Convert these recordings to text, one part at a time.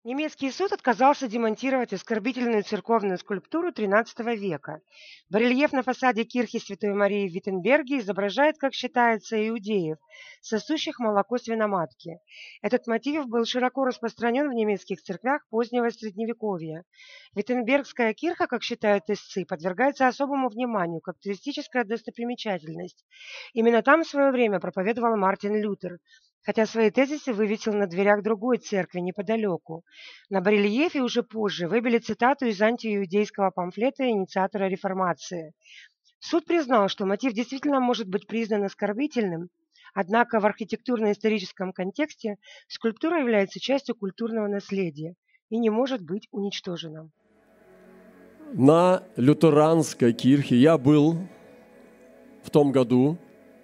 Немецкий суд отказался демонтировать оскорбительную церковную скульптуру XIII века. Барельеф на фасаде кирхи Святой Марии в Виттенберге изображает, как считается, иудеев, сосущих молоко свиноматки. Этот мотив был широко распространен в немецких церквях позднего Средневековья. Виттенбергская кирха, как считают истцы, подвергается особому вниманию как туристическая достопримечательность. Именно там в свое время проповедовал Мартин Лютер, хотя свои тезисы вывесил на дверях другой церкви неподалеку. На барельефе уже позже выбили цитату из антииудейского памфлета инициатора реформации. Суд признал, что мотив действительно может быть признан оскорбительным, однако в архитектурно-историческом контексте скульптура является частью культурного наследия и не может быть уничтожена. На лютеранской кирхе я был в том году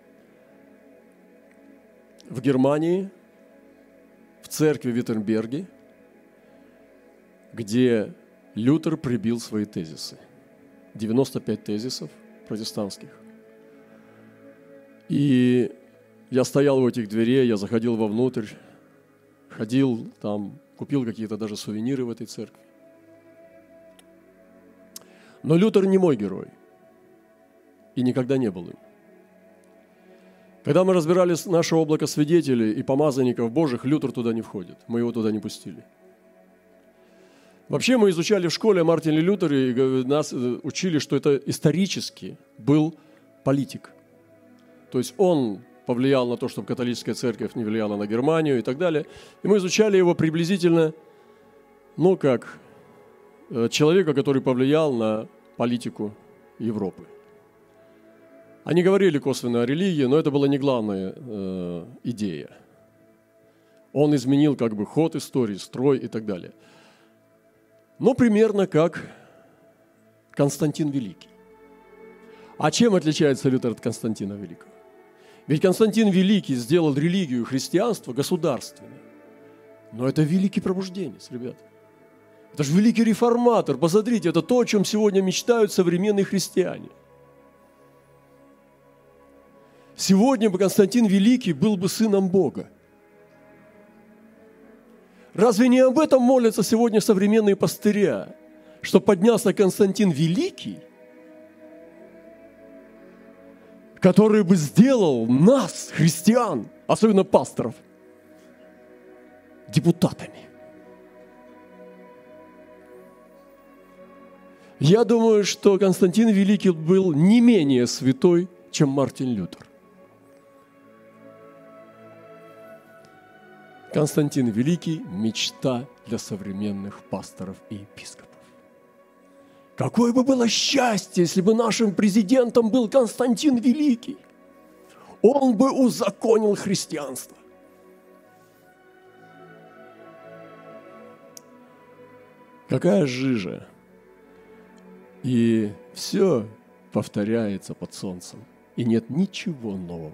в Германии, в церкви в Виттенберге, где Лютер прибил свои тезисы. 95 тезисов протестантских. И я стоял у этих дверей, я заходил вовнутрь, ходил там, купил какие-то даже сувениры в этой церкви. Но Лютер не мой герой. И никогда не был им. Когда мы разбирали наше облако свидетелей и помазанников Божьих, Лютер туда не входит. Мы его туда не пустили. Вообще мы изучали в школе о Мартине Лютере, и нас учили, что это исторически был политик. То есть он повлиял на то, чтобы католическая церковь не влияла на Германию и так далее. И мы изучали его приблизительно, как человека, который повлиял на политику Европы. Они говорили косвенно о религии, но это была не главная идея. Он изменил ход истории, строй и так далее. Но примерно как Константин Великий. А чем отличается Лютер от Константина Великого? Ведь Константин Великий сделал религию и христианство государственной. Но это великий пробужденец, ребят. Это же великий реформатор. Посмотрите, это то, о чем сегодня мечтают современные христиане. Сегодня бы Константин Великий был бы сыном Бога. Разве не об этом молятся сегодня современные пастыря, что поднялся Константин Великий, который бы сделал нас, христиан, особенно пасторов, депутатами? Я думаю, что Константин Великий был не менее святой, чем Мартин Лютер. Константин Великий – мечта для современных пасторов и епископов. Какое бы было счастье, если бы нашим президентом был Константин Великий. Он бы узаконил христианство. Какая жижа. И все повторяется под солнцем. И нет ничего нового.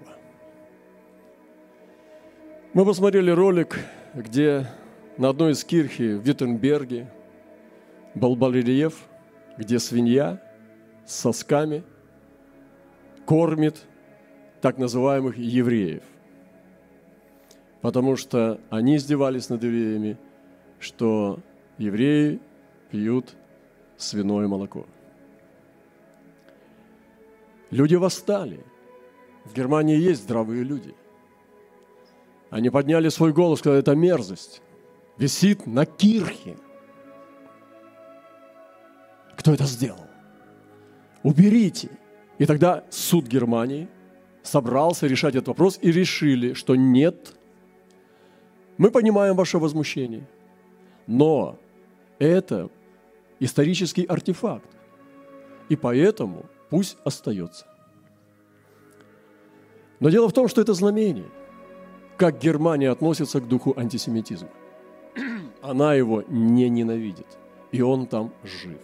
Мы посмотрели ролик, где на одной из кирхи в Виттенберге был барельеф, где свинья с сосками кормит так называемых евреев. Потому что они издевались над евреями, что евреи пьют свиное молоко. Люди восстали. В Германии есть здравые люди. Они подняли свой голос, сказали, это мерзость. Висит на кирхе. Кто это сделал? Уберите. И тогда суд Германии собрался решать этот вопрос и решили, что нет. Мы понимаем ваше возмущение, но это исторический артефакт. И поэтому пусть остается. Но дело в том, что это знамение. Как Германия относится к духу антисемитизма. Она его не ненавидит, и он там жив.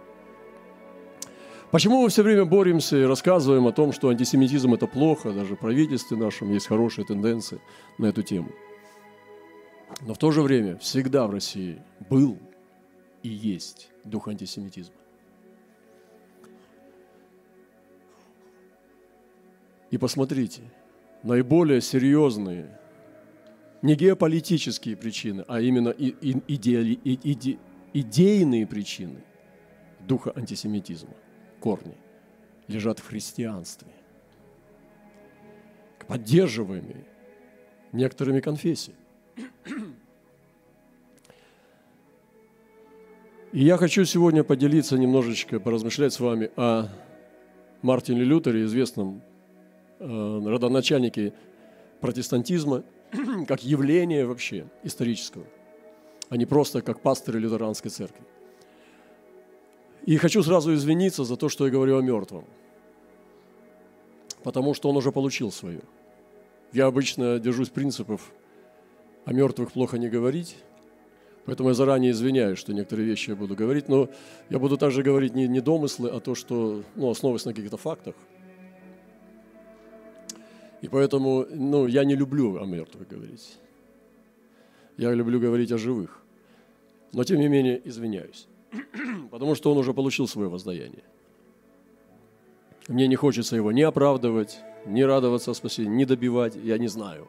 Почему мы все время боремся и рассказываем о том, что антисемитизм – это плохо, даже в правительстве нашем есть хорошие тенденции на эту тему. Но в то же время всегда в России был и есть дух антисемитизма. И посмотрите, наиболее серьезные Не геополитические причины, а именно идейные причины духа антисемитизма, корни, лежат в христианстве, поддерживаемые некоторыми конфессиями. И я хочу сегодня поделиться немножечко, поразмышлять с вами о Мартине Лютере, известном родоначальнике протестантизма, как явление вообще исторического, а не просто как пастырь лютеранской церкви. И хочу сразу извиниться за то, что я говорю о мертвом, потому что он уже получил свое. Я обычно держусь принципов о мертвых плохо не говорить, поэтому я заранее извиняюсь, что некоторые вещи я буду говорить, но я буду также говорить не домыслы, а то, что основываясь на каких-то фактах. И поэтому я не люблю о мертвых говорить. Я люблю говорить о живых. Но тем не менее извиняюсь, потому что он уже получил свое воздаяние. Мне не хочется его ни оправдывать, ни радоваться спасению, ни добивать, я не знаю.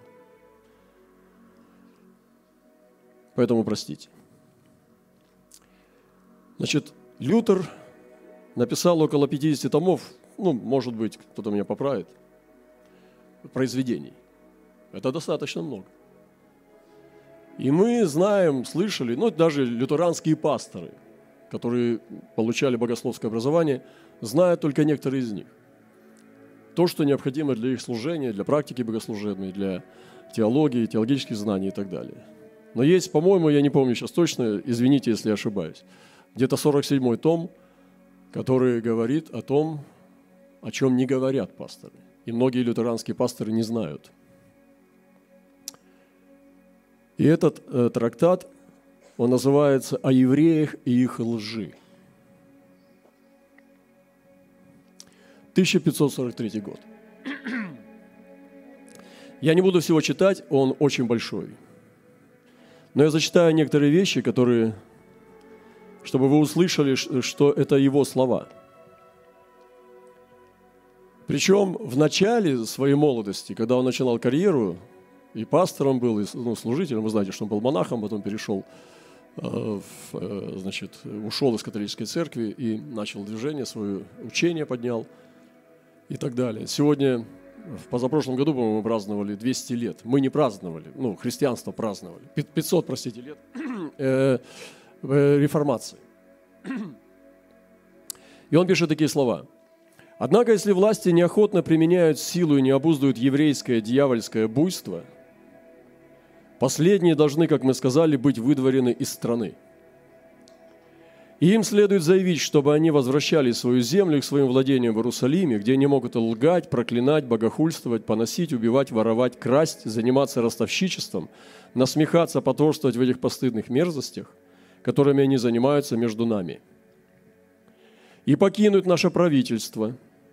Поэтому простите. Значит, Лютер написал около 50 томов, может быть, кто-то меня поправит, произведений. Это достаточно много. И мы знаем, слышали, даже лютеранские пасторы, которые получали богословское образование, знают только некоторые из них. То, что необходимо для их служения, для практики богослужебной, для теологии, теологических знаний и так далее. Но есть, по-моему, я не помню сейчас точно, извините, если я ошибаюсь, где-то 47-й том, который говорит о том, о чем не говорят пасторы. И многие лютеранские пасторы не знают. И этот трактат, он называется «О евреях и их лжи». 1543 год. Я не буду всего читать, он очень большой. Но я зачитаю некоторые вещи, чтобы вы услышали, что это его слова. Причем в начале своей молодости, когда он начинал карьеру, и пастором был, и служителем, вы знаете, что он был монахом, потом перешел, ушел из католической церкви и начал движение, свое учение поднял и так далее. Сегодня, в позапрошлом году, по-моему, мы праздновали 200 лет. Мы не праздновали, христианство праздновали. 500, лет реформации. И он пишет такие слова. «Однако, если власти неохотно применяют силу и не обуздывают еврейское дьявольское буйство, последние должны, как мы сказали, быть выдворены из страны. И им следует заявить, чтобы они возвращали свою землю к своим владениям в Иерусалиме, где они могут лгать, проклинать, богохульствовать, поносить, убивать, воровать, красть, заниматься ростовщичеством, насмехаться, потворствовать в этих постыдных мерзостях, которыми они занимаются между нами. И покинуть наше правительство,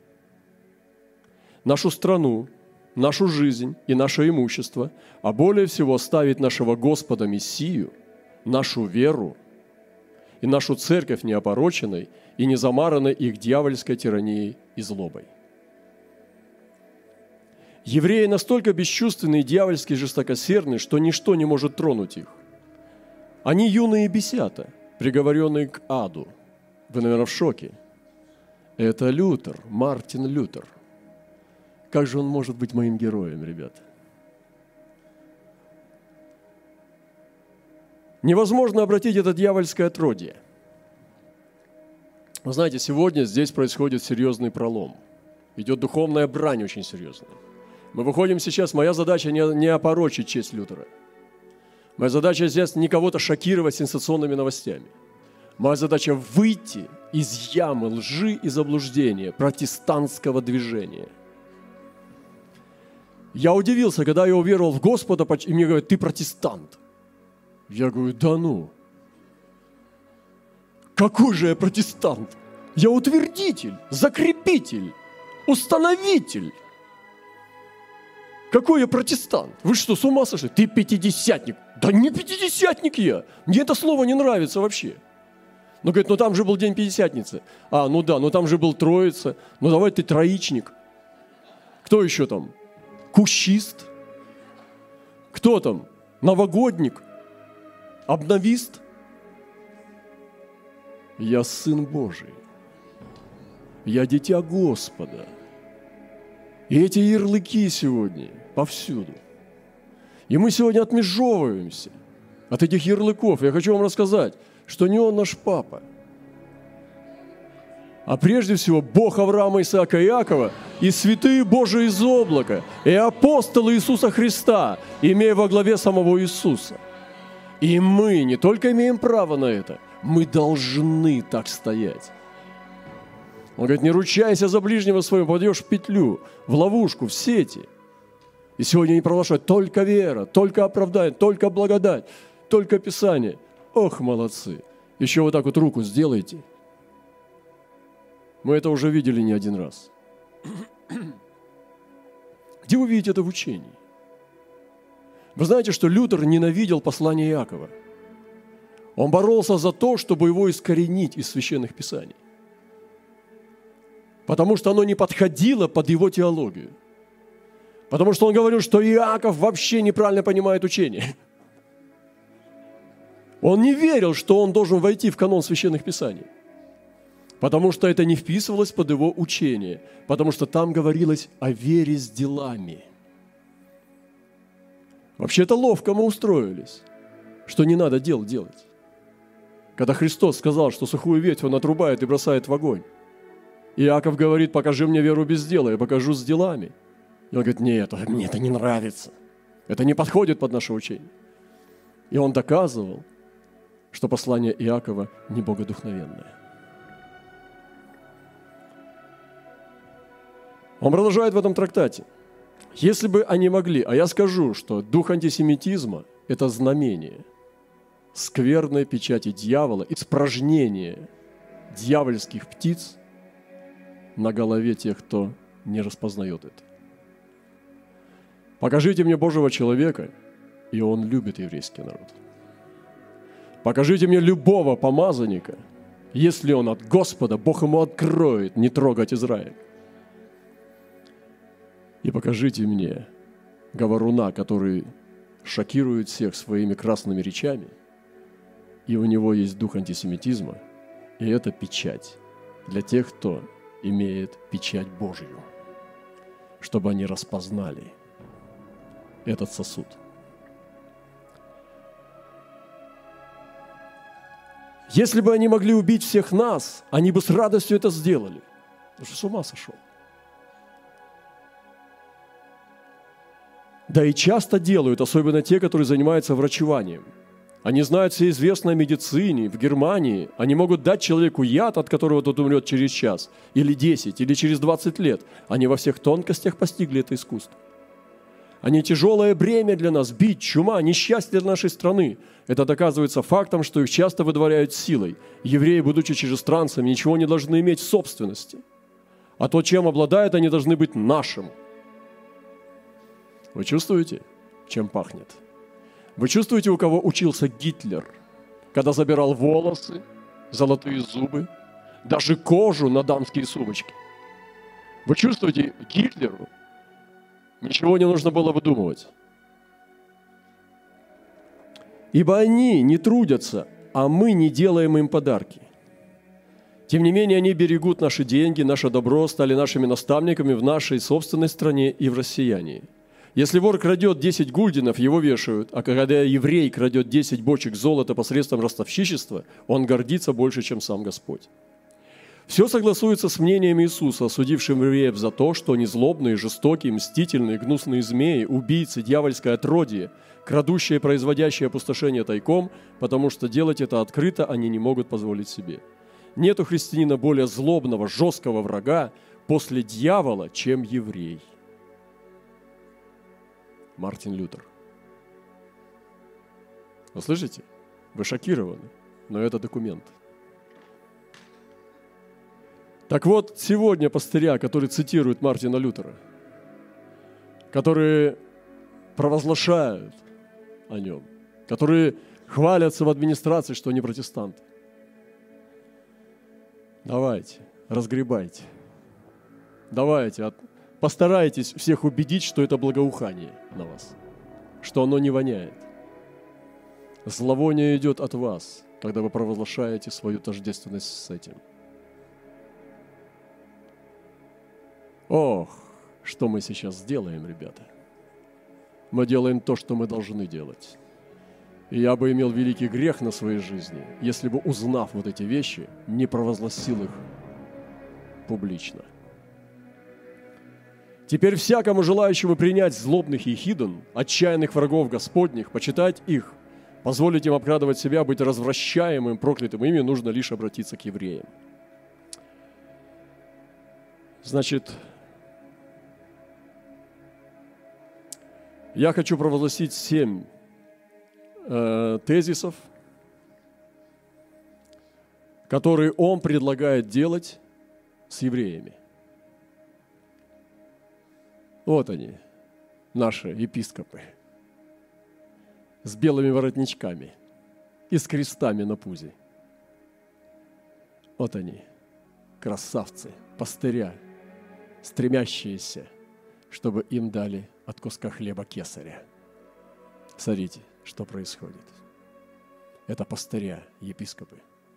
нашу страну, нашу жизнь и наше имущество, а более всего ставить нашего Господа Мессию, нашу веру и нашу церковь неопороченной и не замаранной их дьявольской тиранией и злобой. Евреи настолько бесчувственны и дьявольски жестокосердны, что ничто не может тронуть их. Они юные бесята, приговоренные к аду. Вы, наверное, в шоке. Это Лютер, Мартин Лютер. Как же он может быть моим героем, ребята? Невозможно обратить это дьявольское отродье. Вы знаете, сегодня здесь происходит серьезный пролом. Идет духовная брань очень серьезная. Мы выходим сейчас, моя задача не опорочить честь Лютера. Моя задача здесь не кого-то шокировать сенсационными новостями. Моя задача выйти из ямы лжи и заблуждения протестантского движения. Я удивился, когда я уверовал в Господа, и мне говорят, ты протестант. Я говорю, да ну. Какой же я протестант? Я утвердитель, закрепитель, установитель. Какой я протестант? Вы что, с ума сошли? Ты пятидесятник. Да не пятидесятник я. Мне это слово не нравится вообще. Ну, говорит, там же был день Пятидесятницы. Там же был Троица. Давай ты троичник. Кто еще там? Кущист. Кто там? новогодник, обновист. Я Сын Божий, я дитя Господа. И эти ярлыки сегодня повсюду. И мы сегодня отмежевываемся от этих ярлыков. Я хочу вам рассказать, что не Он наш Папа, а прежде всего Бог Авраама, Исаака и Иакова, и святые Божии из облака, и апостолы Иисуса Христа, имея во главе самого Иисуса. И мы не только имеем право на это, мы должны так стоять. Он говорит, не ручайся за ближнего своего, попадешь в петлю, в ловушку, в сети. И сегодня они провозглашают только вера, только оправдание, только благодать, только Писание. Ох, молодцы! Еще вот так вот руку сделайте. Мы это уже видели не один раз. Где вы видите это в учении? Вы знаете, что Лютер ненавидел послание Иакова. Он боролся за то, чтобы его искоренить из священных писаний. Потому что оно не подходило под его теологию. Потому что он говорил, что Иаков вообще неправильно понимает учение. Он не верил, что он должен войти в канон священных писаний. Потому что это не вписывалось под его учение. Потому что там говорилось о вере с делами. Вообще-то ловко мы устроились, что не надо дел делать. Когда Христос сказал, что сухую ветвь Он отрубает и бросает в огонь, Иаков говорит, покажи мне веру без дела, я покажу с делами. И он говорит, нет, мне это не нравится. Это не подходит под наше учение. И он доказывал, что послание Иакова не богодухновенное. Он продолжает в этом трактате. Если бы они могли, а я скажу, что дух антисемитизма – это знамение скверной печати дьявола, испражнение дьявольских птиц на голове тех, кто не распознает это. Покажите мне Божьего человека, и он любит еврейский народ. Покажите мне любого помазанника, если он от Господа, Бог ему откроет не трогать Израиль. И покажите мне говоруна, который шокирует всех своими красными речами, и у него есть дух антисемитизма, и это печать для тех, кто имеет печать Божью, чтобы они распознали этот сосуд. Если бы они могли убить всех нас, они бы с радостью это сделали. Ты же с ума сошел. Да и часто делают, особенно те, которые занимаются врачеванием. Они знают все известное о медицине. В Германии они могут дать человеку яд, от которого тот умрет через час, или 10, или через 20 лет. Они во всех тонкостях постигли это искусство. Они тяжелое бремя для нас, бить, чума, несчастье для нашей страны. Это доказывается фактом, что их часто выдворяют силой. Евреи, будучи чужестранцами, ничего не должны иметь в собственности. А то, чем обладают, они должны быть нашим. Вы чувствуете, чем пахнет? Вы чувствуете, у кого учился Гитлер, когда забирал волосы, золотые зубы, даже кожу на дамские сумочки? Вы чувствуете, Гитлеру ничего не нужно было выдумывать. Ибо они не трудятся, а мы не делаем им подарки. Тем не менее, они берегут наши деньги, наше добро, стали нашими наставниками в нашей собственной стране и в россиянии. Если вор крадет 10 гульденов, его вешают, а когда еврей крадет 10 бочек золота посредством ростовщичества, он гордится больше, чем сам Господь. Все согласуется с мнением Иисуса, осудившим евреев за то, что они злобные, жестокие, мстительные, гнусные змеи, убийцы, дьявольское отродье, крадущие и производящие опустошение тайком, потому что делать это открыто они не могут позволить себе. Нет у христианина более злобного, жесткого врага после дьявола, чем еврей. Мартин Лютер. Вы слышите? Вы шокированы, но это документ. Так вот, сегодня пастыря, которые цитируют Мартина Лютера, которые провозглашают о нем, которые хвалятся в администрации, что они протестанты. Давайте, разгребайте. Давайте, постарайтесь всех убедить, что это благоухание на вас, что оно не воняет, Зловоние идет от вас, когда вы провозглашаете свою тождественность с этим. Ох, что мы сейчас сделаем, ребята? Мы делаем то, что мы должны делать. И я бы имел великий грех на своей жизни, если бы, узнав вот эти вещи, не провозгласил их публично. Теперь всякому желающему принять злобных ехидн, отчаянных врагов Господних, почитать их, позволить им обкрадывать себя, быть развращаемым, проклятым ими, нужно лишь обратиться к евреям. Значит, я хочу провозгласить 7 тезисов, которые он предлагает делать с евреями. Вот они, наши епископы, с белыми воротничками и с крестами на пузе. Вот они, красавцы, пастыря, стремящиеся, чтобы им дали от куска хлеба кесаря. Смотрите, что происходит. Это пастыря, епископы.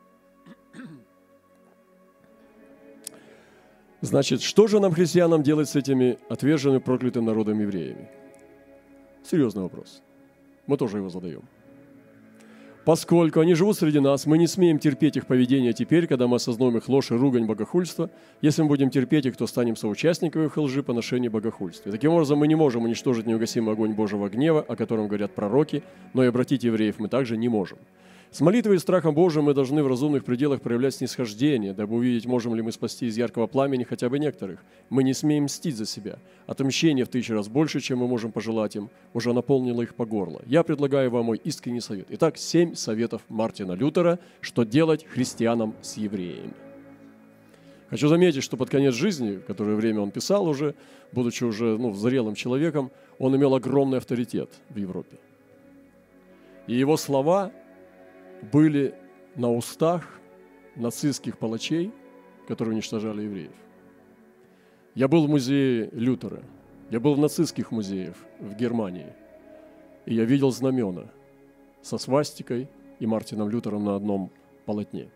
Значит, что же нам, христианам, делать с этими отверженными, проклятым народом евреями? Серьезный вопрос. Мы тоже его задаем. Поскольку они живут среди нас, мы не смеем терпеть их поведение теперь, когда мы осознаем их ложь и ругань, богохульство. Если мы будем терпеть их, то станем соучастниками их лжи, поношения, богохульства. Таким образом, мы не можем уничтожить неугасимый огонь Божьего гнева, о котором говорят пророки, но и обратить евреев мы также не можем. С молитвой и страхом Божиим мы должны в разумных пределах проявлять снисхождение, дабы увидеть, можем ли мы спасти из яркого пламени хотя бы некоторых. Мы не смеем мстить за себя. Отмщение в 1000 раз больше, чем мы можем пожелать им, уже наполнило их по горло. Я предлагаю вам мой искренний совет. Итак, 7 советов Мартина Лютера, что делать христианам с евреями. Хочу заметить, что под конец жизни, в которое время он писал уже, будучи уже зрелым человеком, он имел огромный авторитет в Европе. И его слова были на устах нацистских палачей, которые уничтожали евреев. Я был в музее Лютера, я был в нацистских музеях в Германии, и я видел знамена со свастикой и Мартином Лютером на одном полотне.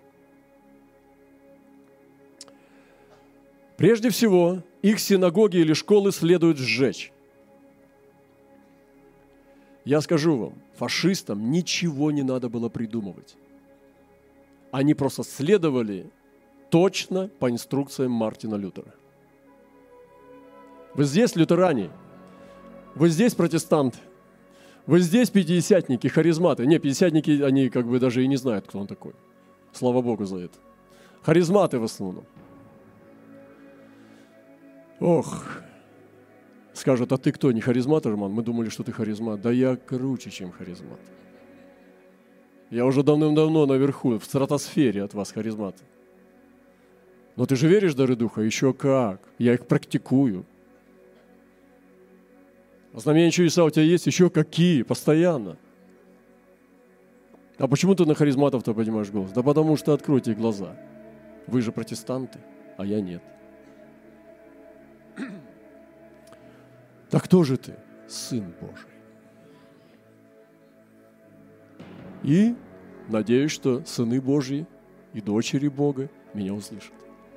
Прежде всего, их синагоги или школы следует сжечь. Я скажу вам, фашистам ничего не надо было придумывать. Они просто следовали точно по инструкциям Мартина Лютера. Вы здесь лютеране, вы здесь протестанты, вы здесь пятидесятники, харизматы. Не, пятидесятники, они как бы даже и не знают, кто он такой. Слава Богу за это. Харизматы в основном. Ох, скажут, а ты кто, не харизмат, Роман? Мы думали, что ты харизмат. Да я круче, чем харизмат. Я уже давным-давно наверху, в стратосфере от вас харизмат. Но ты же веришь в дары Духа? Еще как. Я их практикую. Знамения, чудеса у тебя есть? Еще какие? Постоянно. А почему ты на харизматов-то поднимаешь голос? Да потому что откройте глаза. Вы же протестанты, а я нет. Так кто же ты? Сын Божий. И надеюсь, что сыны Божьи и дочери Бога меня услышат.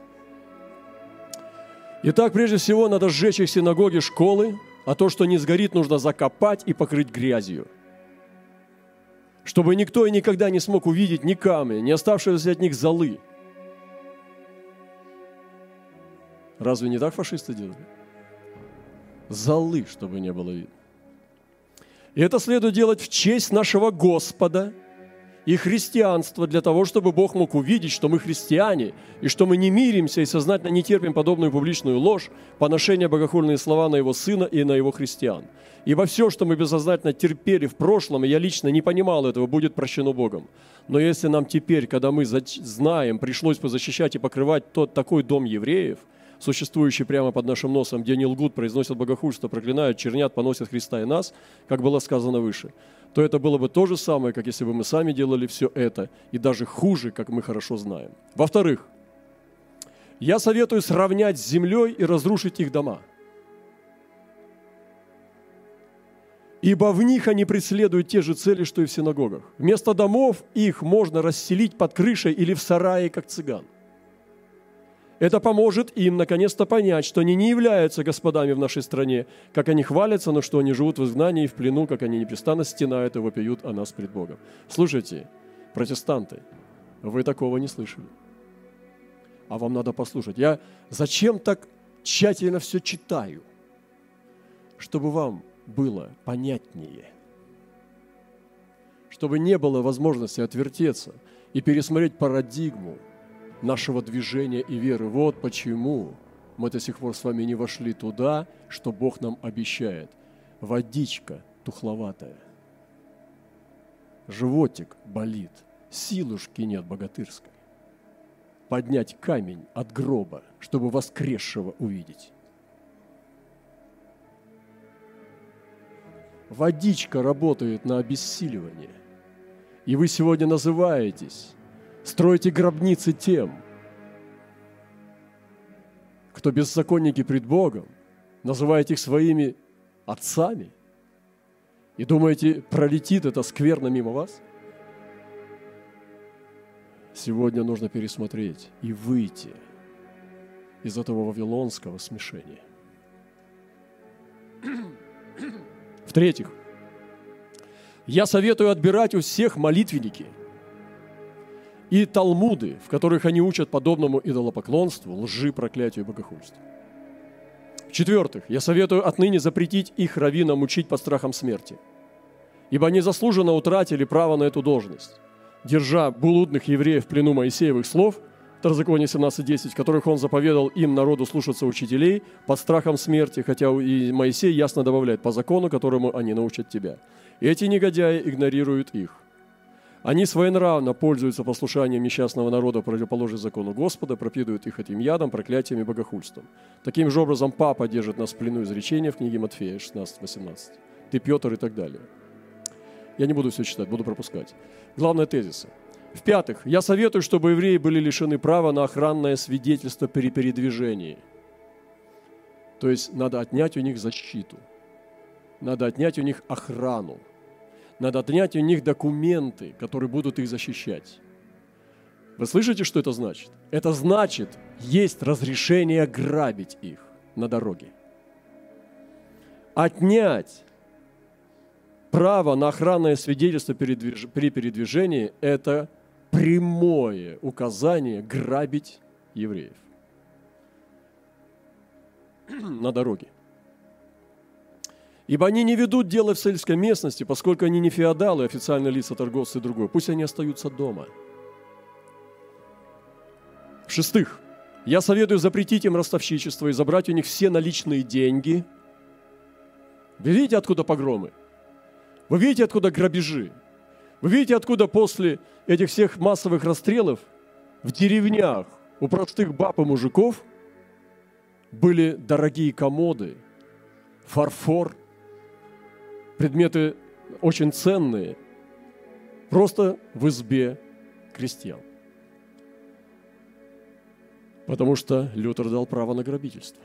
Итак, прежде всего, надо сжечь их синагоги, школы, а то, что не сгорит, нужно закопать и покрыть грязью. Чтобы никто и никогда не смог увидеть ни камня, ни оставшегося от них золы. Разве не так фашисты делали? Золы, чтобы не было видно. И это следует делать в честь нашего Господа и христианства, для того, чтобы Бог мог увидеть, что мы христиане, и что мы не миримся и сознательно не терпим подобную публичную ложь, поношение богохульные слова на Его Сына и на Его христиан. Ибо все, что мы бессознательно терпели в прошлом, и я лично не понимал этого, будет прощено Богом. Но если нам теперь, когда мы знаем, пришлось бы защищать и покрывать такой дом евреев, существующий прямо под нашим носом, где они лгут, произносят богохульство, проклинают, чернят, поносят Христа и нас, как было сказано выше, то это было бы то же самое, как если бы мы сами делали все это, и даже хуже, как мы хорошо знаем. Во-вторых, я советую сравнять с землей и разрушить их дома. ибо в них они преследуют те же цели, что и в синагогах. Вместо домов их можно расселить под крышей или в сарае, как цыган. Это поможет им наконец-то понять, что они не являются господами в нашей стране, как они хвалятся, но что они живут в изгнании и в плену, как они непрестанно стенают и вопиют о нас пред Богом. Слушайте, протестанты, вы такого не слышали. А вам надо послушать. Я зачем так тщательно все читаю? Чтобы вам было понятнее. Чтобы не было возможности отвертеться и пересмотреть парадигму нашего движения и веры. Вот почему мы до сих пор с вами не вошли туда, что Бог нам обещает. Водичка тухловатая, животик болит, силушки нет богатырской. Поднять камень от гроба, чтобы воскресшего увидеть. Водичка работает на обессиливание. И вы сегодня называетесь, строите гробницы тем, кто беззаконники пред Богом, называете их своими отцами, и думаете, пролетит это скверно мимо вас? Сегодня нужно пересмотреть и выйти из этого вавилонского смешения. В-третьих, я советую отбирать у всех молитвенники и талмуды, в которых они учат подобному идолопоклонству, лжи, проклятию и богохульству. В-четвертых, я советую отныне запретить их раввинам учить под страхом смерти, ибо они заслуженно утратили право на эту должность, держа блудных евреев в плену Моисеевых слов, Второзаконие 17:10, в которых он заповедал им, народу, слушаться учителей под страхом смерти, хотя и Моисей ясно добавляет, по закону, которому они научат тебя. И эти негодяи игнорируют их. Они своенравно пользуются послушанием несчастного народа, противоположным закону Господа, пропитывают их этим ядом, проклятием и богохульством. Таким же образом, папа держит нас в плену изречения в книге Матфея 16:18. Ты, Петр, и так далее. Я не буду все читать, буду пропускать. Главные тезисы. В-пятых, я советую, чтобы евреи были лишены права на охранное свидетельство при передвижении. То есть надо отнять у них защиту, надо отнять у них охрану, надо отнять у них документы, которые будут их защищать. Вы слышите, что это значит? Это значит, есть разрешение грабить их на дороге. Отнять право на охранное свидетельство при передвижении – это прямое указание грабить евреев на дороге. Ибо они не ведут дело в сельской местности, поскольку они не феодалы, официальные лица, торговцы и другое. Пусть они остаются дома. В-шестых, я советую запретить им ростовщичество и забрать у них все наличные деньги. Вы видите, откуда погромы? Вы видите, откуда грабежи? Вы видите, откуда после этих всех массовых расстрелов в деревнях у простых баб и мужиков были дорогие комоды, фарфор, предметы очень ценные, просто в избе крестьян. Потому что Лютер дал право на грабительство.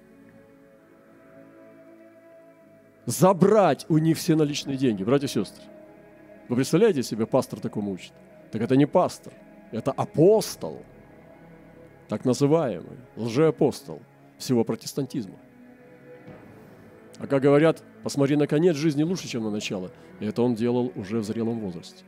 Забрать у них все наличные деньги, братья и сестры. Вы представляете себе, пастор такому учит? Так это не пастор, это апостол, так называемый, лжеапостол всего протестантизма. А как говорят, посмотри на конец жизни лучше, чем на начало. И это он делал уже в зрелом возрасте.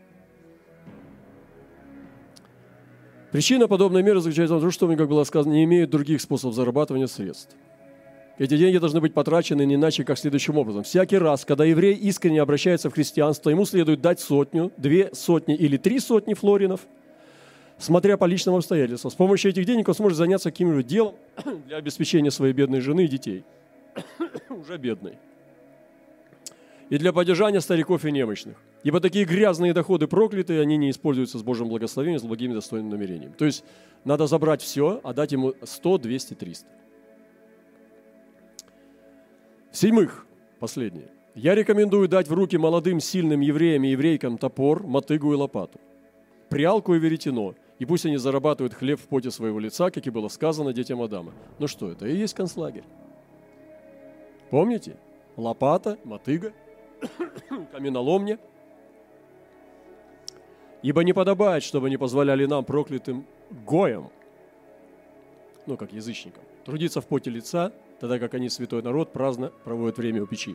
Причина подобной меры заключается в том, что, как было сказано, не имеют других способов зарабатывания средств. Эти деньги должны быть потрачены не иначе, как следующим образом. Всякий раз, когда еврей искренне обращается в христианство, ему следует дать 100, 2 сотни или 3 сотни флоринов, смотря по личным обстоятельствам. С помощью этих денег он сможет заняться каким-нибудь делом для обеспечения своей бедной жены и детей. Уже бедной. И для поддержания стариков и немощных. Ибо такие грязные доходы прокляты, они не используются с Божьим благословением, с благими достойными намерениями. То есть надо забрать все, а дать ему 100, 200, 300. В-седьмых, последнее. Я рекомендую дать в руки молодым сильным евреям и еврейкам топор, мотыгу и лопату, прялку и веретено, и пусть они зарабатывают хлеб в поте своего лица, как и было сказано детям Адама. Ну что, это и есть концлагерь. Помните? Лопата, мотыга каменоломне. Ибо не подобает, чтобы не позволяли нам, проклятым гоям, ну, как язычникам, трудиться в поте лица, тогда как они, святой народ, праздно проводят время у печи.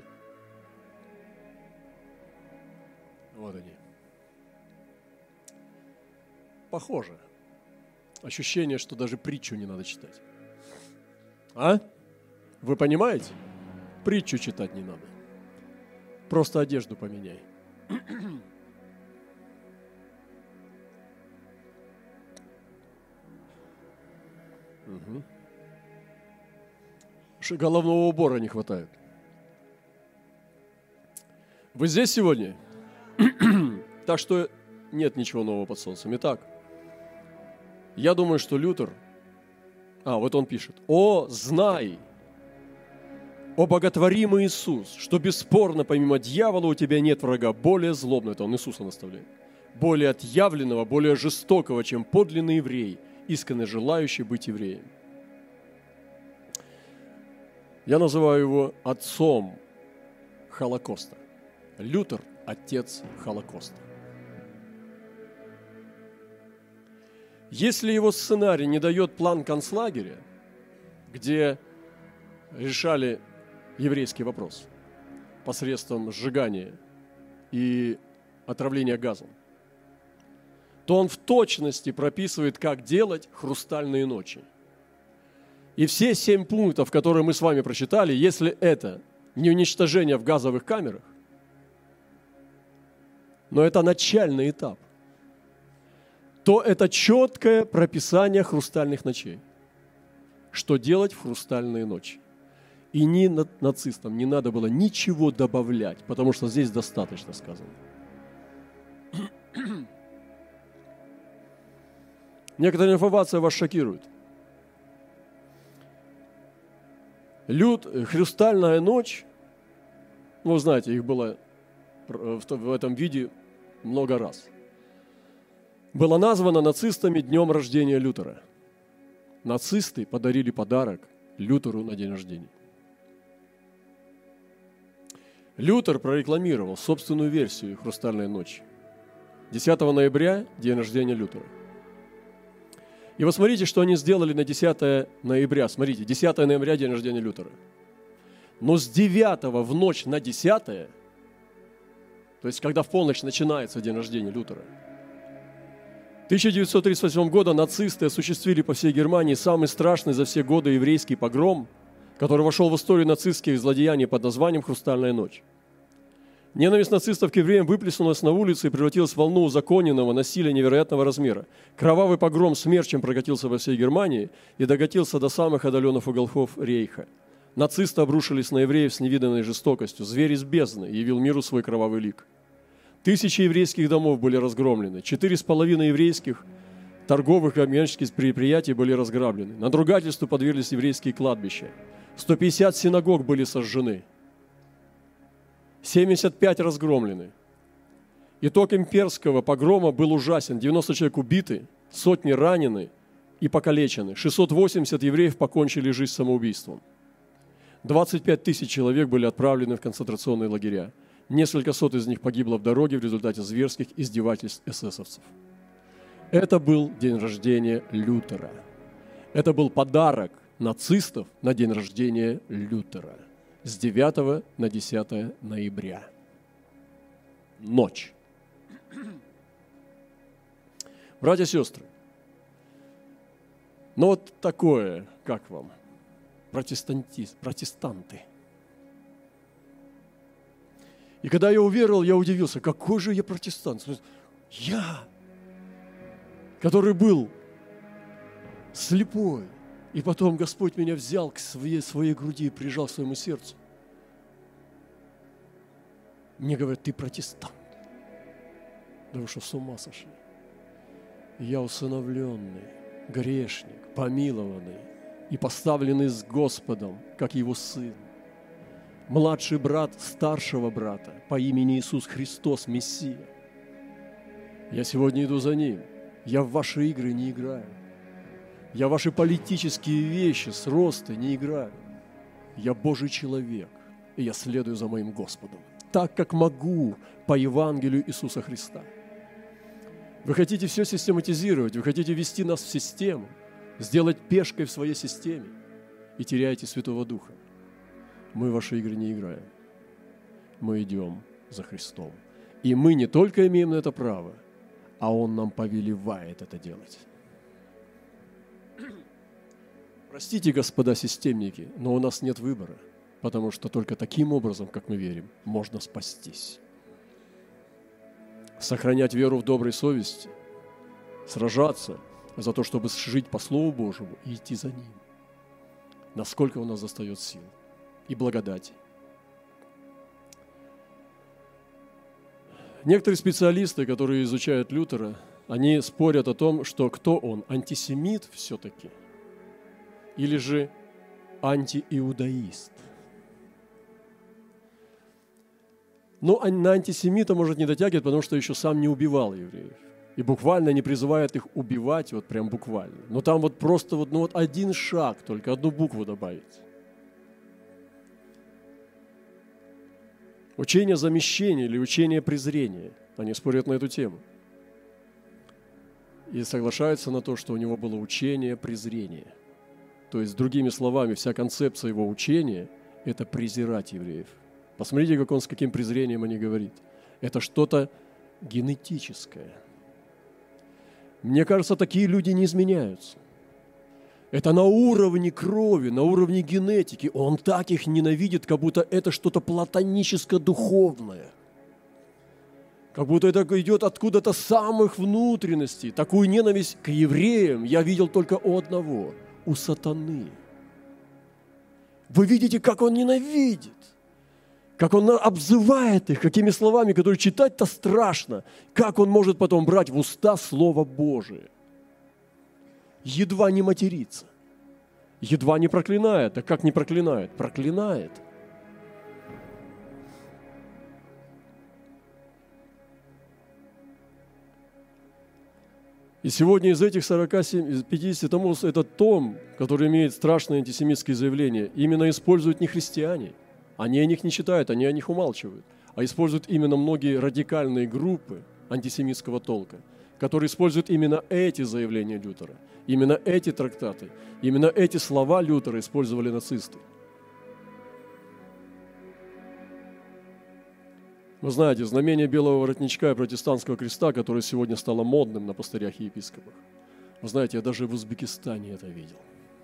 Вот они. Похоже. Ощущение, что даже притчу не надо читать. А? Вы понимаете? Притчу читать не надо. Просто одежду поменяй. Угу. Головного убора не хватает. Вы здесь сегодня? Так что нет ничего нового под солнцем. Итак, я думаю, что Лютер... вот он пишет. «О, знай, о боготворимый Иисус, что бесспорно помимо дьявола у тебя нет врага более злобного». Это он Иисуса наставляет. «Более отъявленного, более жестокого, чем подлинный еврей, искренне желающий быть евреем». Я называю его отцом Холокоста. Лютер – отец Холокоста. Если его сценарий не дает план концлагеря, где решали еврейский вопрос посредством сжигания и отравления газом, то он в точности прописывает, как делать хрустальные ночи. И все 7 пунктов, которые мы с вами прочитали, если это не уничтожение в газовых камерах, но это начальный этап, то это четкое прописание хрустальных ночей. Что делать в хрустальные ночи. И ни нацистам не надо было ничего добавлять, потому что здесь достаточно сказано. Некоторая информация вас шокирует. Хрустальная ночь, вы знаете, их было в этом виде много раз, была названа нацистами днем рождения Лютера. Нацисты подарили подарок Лютеру на день рождения. Лютер прорекламировал собственную версию «Хрустальной ночи». 10 ноября – день рождения Лютера. И вот смотрите, что они сделали на 10 ноября. Смотрите, 10 ноября – день рождения Лютера. Но с 9 в ночь на 10, то есть когда в полночь начинается день рождения Лютера, 1938 года нацисты осуществили по всей Германии самый страшный за все годы еврейский погром, который вошел в историю нацистских злодеяний под названием «Хрустальная ночь». Ненависть нацистов к евреям выплеснулась на улицы и превратилась в волну узаконенного насилия невероятного размера. Кровавый погром смерчем прокатился во всей Германии и докатился до самых отдаленных уголков Рейха. Нацисты обрушились на евреев с невиданной жестокостью. Зверь из бездны явил миру свой кровавый лик. Тысячи еврейских домов были разгромлены. 4,5 еврейских торговых и коммерческих предприятий были разграблены. Надругательству подверглись еврейские кладбища. 150 синагог были сожжены. 75 разгромлены. Итог имперского погрома был ужасен. 90 человек убиты, сотни ранены и покалечены. 680 евреев покончили жизнь самоубийством. 25 тысяч человек были отправлены в концентрационные лагеря. Несколько сот из них погибло в дороге в результате зверских издевательств эсэсовцев. Это был день рождения Лютера. Это был подарок нацистов на день рождения Лютера. С 9 на 10 ноября. Ночь. Братья и сестры, ну вот такое, как вам, протестанты. И когда я уверовал, я удивился, какой же я протестант. Я, который был слепой, и потом Господь меня взял к своей груди и прижал к своему сердцу. Мне говорят, ты протестант. Да вы что, с ума сошли? Я усыновленный, грешник, помилованный и поставленный с Господом, как его сын. Младший брат старшего брата по имени Иисус Христос, Мессия. Я сегодня иду за Ним. Я в ваши игры не играю. Я в ваши политические вещи с роста не играю. Я Божий человек, и я следую за моим Господом. так, как могу по Евангелию Иисуса Христа. Вы хотите все систематизировать, вы хотите ввести нас в систему, сделать пешкой в своей системе и теряете Святого Духа. Мы в ваши игры не играем. Мы идем за Христом. И мы не только имеем на это право, а Он нам повелевает это делать. Простите, господа системники, но у нас нет выбора, потому что только таким образом, как мы верим, можно спастись. Сохранять веру в доброй совести, сражаться за то, чтобы жить по Слову Божьему и идти за Ним. Насколько у нас достает сил и благодати. Некоторые специалисты, которые изучают Лютера, они спорят о том, что кто он, антисемит все-таки, или же антииудаист. Но на антисемита, может, не дотягивает, потому что еще сам не убивал евреев. И буквально не призывает их убивать, вот прям буквально. Но там вот просто вот один шаг, только одну букву добавить. Учение замещения или учение презрения. Они спорят на эту тему. И соглашаются на то, что у него было учение презрения. То есть, другими словами, вся концепция его учения – это презирать евреев. Посмотрите, как он с каким презрением о них говорит. Это что-то генетическое. Мне кажется, такие люди не изменяются. Это на уровне крови, на уровне генетики. Он так их ненавидит, как будто это что-то платоническо-духовное. Как будто это идет откуда-то с самых внутренностей. Такую ненависть к евреям я видел только у одного – у сатаны. Вы видите, как он ненавидит, как он обзывает их, какими словами, которые читать-то страшно, как он может потом брать в уста Слово Божие. Едва не матерится, едва не проклинает. Да как не проклинает? Проклинает. И сегодня из этих 50 томов этот том, который имеет страшные антисемитские заявления, именно используют не христиане. Они о них не читают, они о них умалчивают, а используют именно многие радикальные группы антисемитского толка, которые используют именно эти заявления Лютера, именно эти трактаты, именно эти слова Лютера использовали нацисты. Вы знаете, знамение белого воротничка и протестантского креста, которое сегодня стало модным на пастырях и епископах. Вы знаете, я даже в Узбекистане это видел.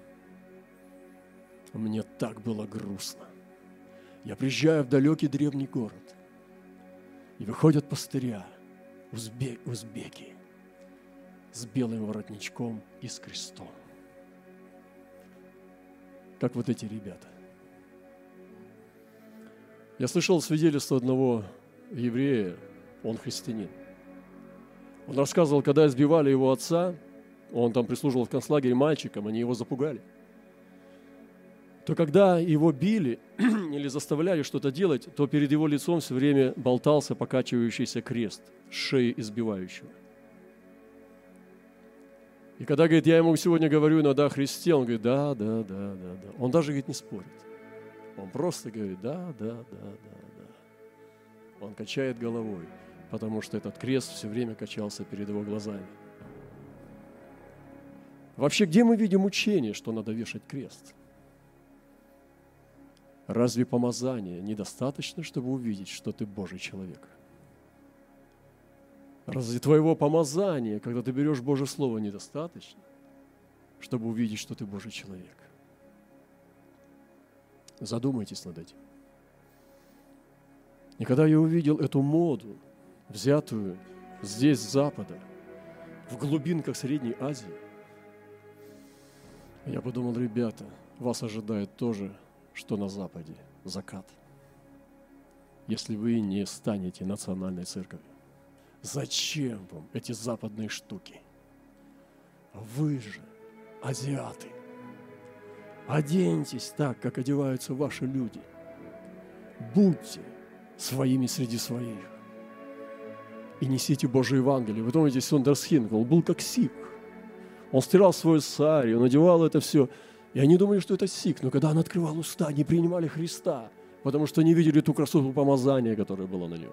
Мне так было грустно. Я приезжаю в далекий древний город, и выходят пастыря, узбеки, с белым воротничком и с крестом. Как вот эти ребята. Я слышал свидетельство одного еврея, он христианин. Он рассказывал, когда избивали его отца, он там прислуживал в концлагере мальчиком, они его запугали. То когда его били или заставляли что-то делать, то перед его лицом все время болтался покачивающийся крест с шеи избивающего. И когда, говорит, я ему сегодня говорю иногда о Христе, он говорит, да. Он даже, говорит, не спорит. Он просто говорит, да. Он качает головой, потому что этот крест все время качался перед его глазами. Вообще, где мы видим учение, что надо вешать крест? Разве помазания недостаточно, чтобы увидеть, что ты Божий человек? Разве твоего помазания, когда ты берешь Божье Слово, недостаточно, чтобы увидеть, что ты Божий человек? Задумайтесь над этим. И когда я увидел эту моду, взятую здесь, с Запада, в глубинках Средней Азии, я подумал, ребята, вас ожидает то же, что на Западе, закат, если вы не станете национальной церковью. Зачем вам эти западные штуки? Вы же азиаты. Оденьтесь так, как одеваются ваши люди. Будьте своими среди своих. И несите Божие Евангелие. Вы думаете, Сундер Синг, он был как сикх. Он стирал свой сари, он надевал это все. И они думали, что это сикх. Но когда он открывал уста, они принимали Христа. потому что не видели ту красоту помазания, которая была на нем.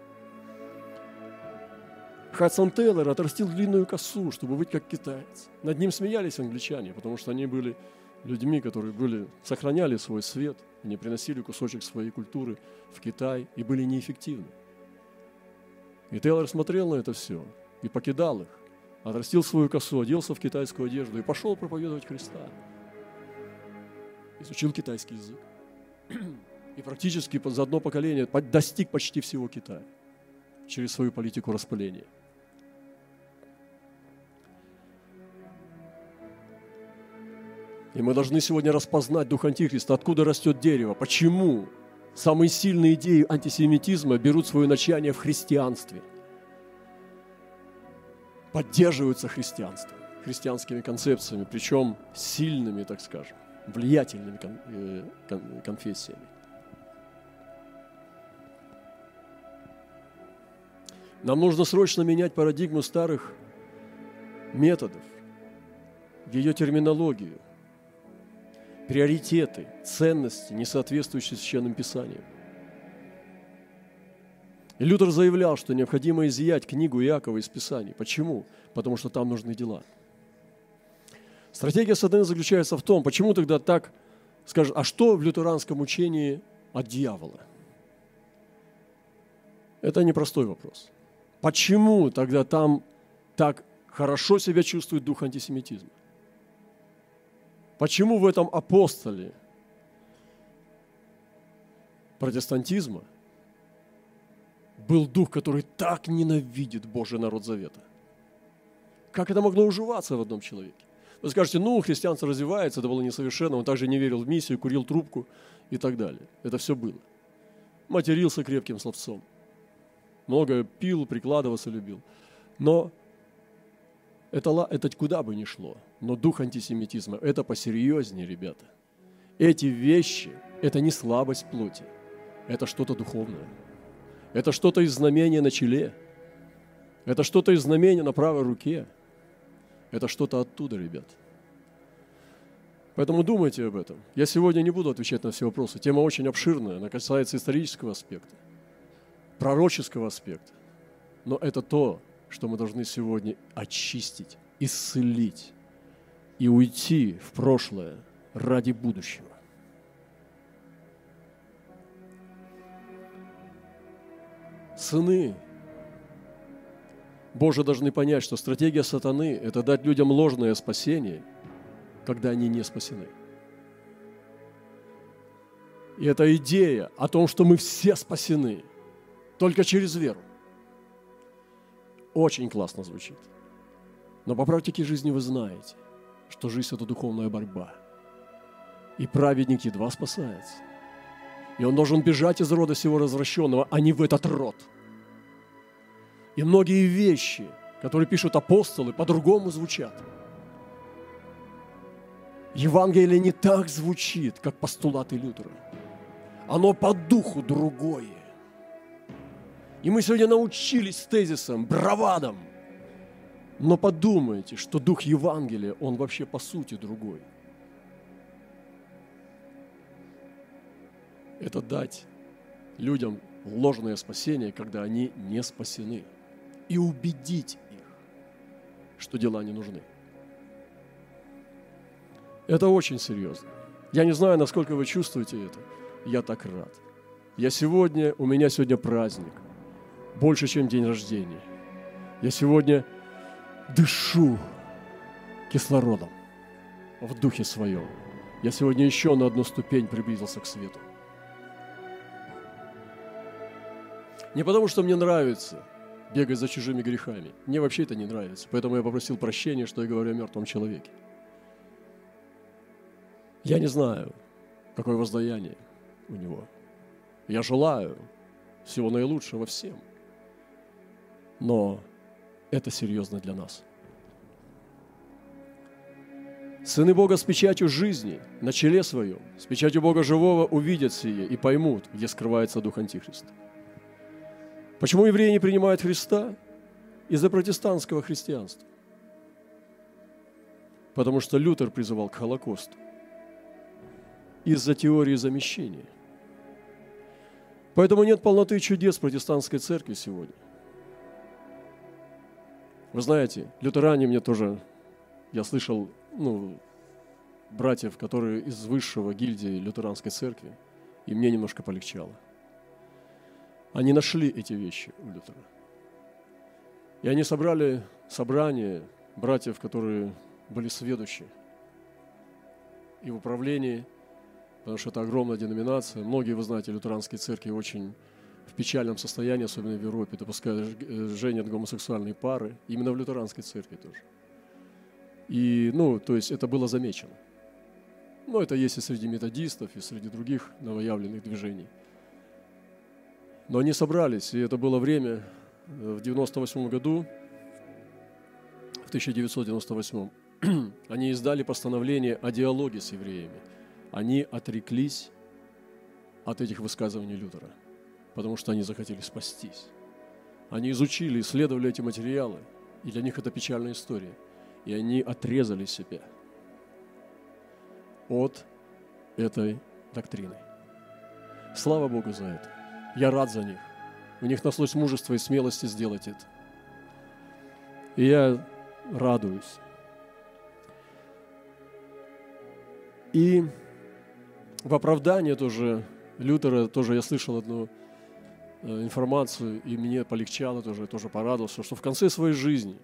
Хадсон Тейлор отрастил длинную косу, чтобы быть как китаец. Над ним смеялись англичане, потому что они были людьми, которые сохраняли свой свет, они приносили кусочек своей культуры в Китай и были неэффективны. И Тейлор смотрел на это все и покидал их, отрастил свою косу, оделся в китайскую одежду и пошел проповедовать Христа. Изучил китайский язык. И практически за одно поколение достиг почти всего Китая через свою политику распыления. И мы должны сегодня распознать дух Антихриста, откуда растет дерево, почему самые сильные идеи антисемитизма берут свое начало в христианстве, поддерживаются христианством, христианскими концепциями, причем сильными, так скажем, влиятельными конфессиями. Нам нужно срочно менять парадигму старых методов, ее терминологию, приоритеты, ценности, не соответствующие Священным Писаниям. И Лютер заявлял, что необходимо изъять книгу Иакова из Писаний. Почему? Потому что там нужны дела. Стратегия сатаны заключается в том, почему тогда так, скажут, а что в лютеранском учении от дьявола? Это непростой вопрос. Почему тогда там так хорошо себя чувствует дух антисемитизма? Почему в этом апостоле протестантизма был дух, который так ненавидит Божий народ Завета? Как это могло уживаться в одном человеке? Вы скажете, христианство развивается, это было несовершенно, он также не верил в миссию, курил трубку и так далее. Это все было. Матерился крепким словцом. Много пил, прикладываться любил. Но это куда бы ни шло. Но дух антисемитизма – это посерьезнее, ребята. Эти вещи – это не слабость плоти. Это что-то духовное. Это что-то из знамения на челе. Это что-то из знамения на правой руке. Это что-то оттуда, ребят. Поэтому думайте об этом. Я сегодня не буду отвечать на все вопросы. Тема очень обширная. Она касается исторического аспекта, пророческого аспекта. Но это то, что мы должны сегодня очистить, исцелить и уйти в прошлое ради будущего. Сыны Божьи должны понять, что стратегия сатаны – это дать людям ложное спасение, когда они не спасены. И эта идея о том, что мы все спасены только через веру, очень классно звучит. Но по практике жизни вы знаете, что жизнь – это духовная борьба. И праведник едва спасается. И он должен бежать из рода сего развращенного, а не в этот род. И многие вещи, которые пишут апостолы, по-другому звучат. Евангелие не так звучит, как постулаты Лютера. Оно по духу другое. И мы сегодня научились с тезисом, бравадом. Но подумайте, что дух Евангелия, он вообще по сути другой. Это дать людям ложное спасение, когда они не спасены. И убедить их, что дела не нужны. Это очень серьезно. Я не знаю, насколько вы чувствуете это. Я так рад. У меня сегодня праздник. Больше, чем день рождения. Я сегодня дышу кислородом в духе своем. Я сегодня еще на одну ступень приблизился к свету. Не потому, что мне нравится бегать за чужими грехами. Мне вообще это не нравится. Поэтому я попросил прощения, что я говорю о мертвом человеке. Я не знаю, какое воздаяние у него. Я желаю всего наилучшего всем. Но это серьезно для нас. Сыны Бога с печатью жизни на челе своем, с печатью Бога живого увидят сие и поймут, где скрывается дух Антихриста. Почему евреи не принимают Христа? Из-за протестантского христианства. Потому что Лютер призывал к Холокосту. Из-за теории замещения. Поэтому нет полноты чудес протестантской церкви сегодня. Вы знаете, лютеране мне тоже, я слышал, братьев, которые из высшего гильдии лютеранской церкви, и мне немножко полегчало. Они нашли эти вещи у Лютера. И они собрали собрание братьев, которые были сведущи и в управлении, потому что это огромная деноминация. Многие, вы знаете, лютеранские церкви очень в печальном состоянии, особенно в Европе, допускают женят гомосексуальные пары, именно в лютеранской церкви тоже. И, то есть это было замечено. Но это есть и среди методистов, и среди других новоявленных движений. Но они собрались, и это было время в 1998 году, в 1998, они издали постановление о диалоге с евреями. Они отреклись от этих высказываний Лютера, потому что они захотели спастись. Они изучили, исследовали эти материалы, и для них это печальная история. И они отрезали себя от этой доктрины. Слава Богу за это. Я рад за них. У них нашлось мужество и смелости сделать это. И я радуюсь. И в оправдание тоже Лютера, тоже я слышал одну информацию, и мне полегчало тоже, я тоже порадовался, что в конце своей жизни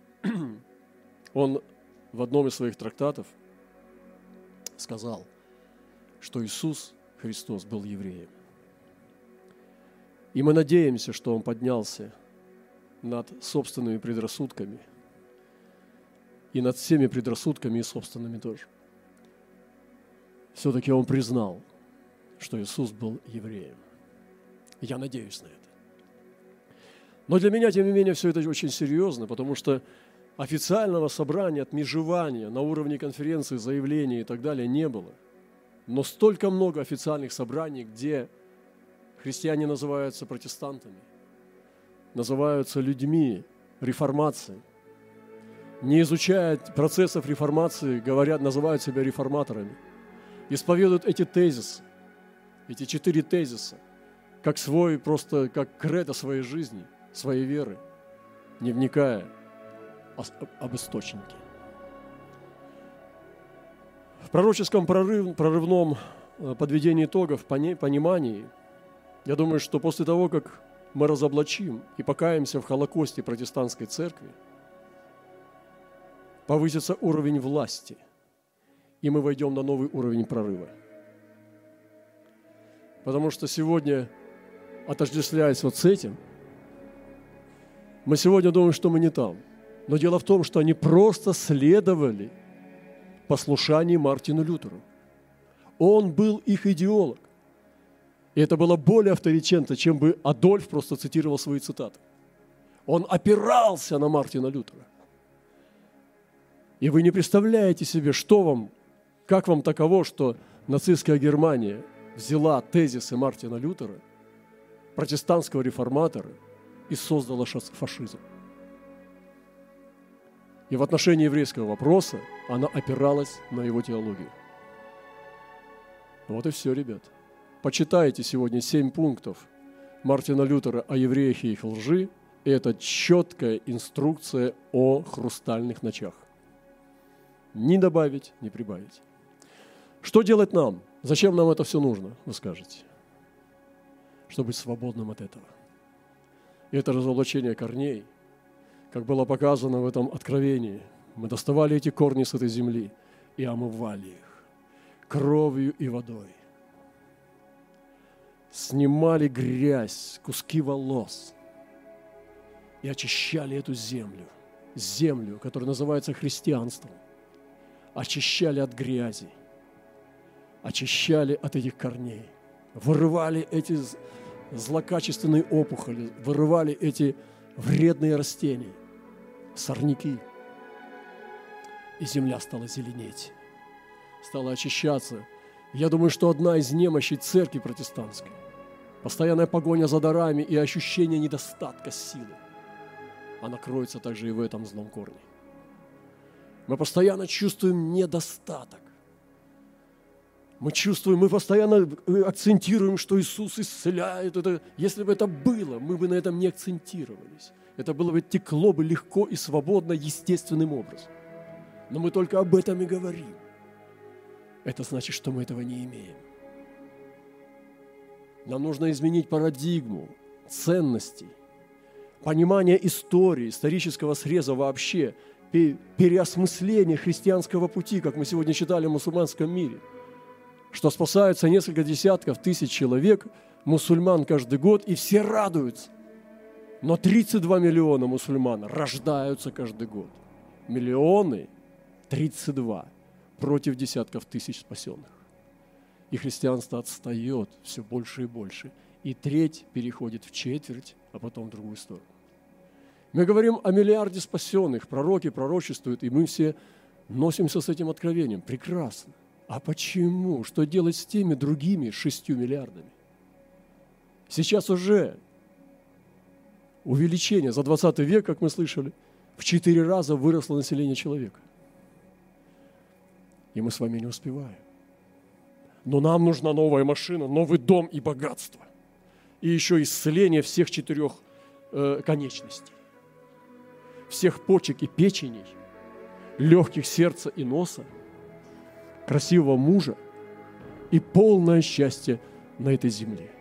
он в одном из своих трактатов сказал, что Иисус Христос был евреем. И мы надеемся, что Он поднялся над собственными предрассудками и над всеми предрассудками и собственными тоже. Все-таки Он признал, что Иисус был евреем. Я надеюсь на это. Но для меня, тем не менее, все это очень серьезно, потому что официального собрания, отмежевания на уровне конференции, заявлений и так далее не было. Но столько много официальных собраний, где христиане называются протестантами, называются людьми реформации, не изучая процессов реформации, называют себя реформаторами, исповедуют эти тезисы, эти 4 тезиса, как как кредо своей жизни, своей веры, не вникая об источнике. В пророческом прорывном подведении итогов, понимании, я думаю, что после того, как мы разоблачим и покаемся в Холокосте протестантской церкви, повысится уровень власти, и мы войдем на новый уровень прорыва. Потому что сегодня, отождествляясь вот с этим, мы сегодня думаем, что мы не там. Но дело в том, что они просто следовали послушанию Мартину Лютеру. Он был их идеолог. И это было более авторитетно, чем бы Адольф просто цитировал свои цитаты. Он опирался на Мартина Лютера. И вы не представляете себе, как вам таково, что нацистская Германия взяла тезисы Мартина Лютера, протестантского реформатора, и создала фашизм. И в отношении еврейского вопроса она опиралась на его теологию. Вот и все, ребят. Почитайте сегодня 7 пунктов Мартина Лютера о евреях и их лжи, и это четкая инструкция о хрустальных ночах. Ни добавить, ни прибавить. Что делать нам? Зачем нам это все нужно, вы скажете? Чтобы быть свободным от этого. И это разоблачение корней, как было показано в этом откровении. Мы доставали эти корни с этой земли и омывали их кровью и водой. Снимали грязь, куски волос и очищали эту землю, которая называется христианством. Очищали от грязи, очищали от этих корней, вырывали эти злокачественные опухоли, вырывали эти вредные растения, сорняки. И земля стала зеленеть, стала очищаться. Я думаю, что одна из немощей церкви протестантской – постоянная погоня за дарами и ощущение недостатка силы. Она кроется также и в этом злом корне. Мы постоянно чувствуем недостаток. Мы чувствуем, мы постоянно акцентируем, что Иисус исцеляет. Если бы это было, мы бы на этом не акцентировались. Это было бы, текло бы легко и свободно, естественным образом. Но мы только об этом и говорим. Это значит, что мы этого не имеем. Нам нужно изменить парадигму ценностей, понимание истории, исторического среза вообще, переосмысление христианского пути, как мы сегодня читали в мусульманском мире, что спасаются несколько десятков тысяч человек, мусульман каждый год, и все радуются. Но 32 миллиона мусульман рождаются каждый год. Миллионы, 32, против десятков тысяч спасенных. И христианство отстает все больше и больше. И треть переходит в четверть, а потом в другую сторону. Мы говорим о миллиарде спасенных, пророки пророчествуют, и мы все носимся с этим откровением. Прекрасно. А почему? Что делать с теми другими 6 миллиардами? Сейчас уже увеличение за 20 век, как мы слышали, в 4 раза выросло население человека. И мы с вами не успеваем. Но нам нужна новая машина, новый дом и богатство. И еще исцеление всех 4 конечностей. Всех почек и печеней, легких сердца и носа, красивого мужа и полное счастье на этой земле.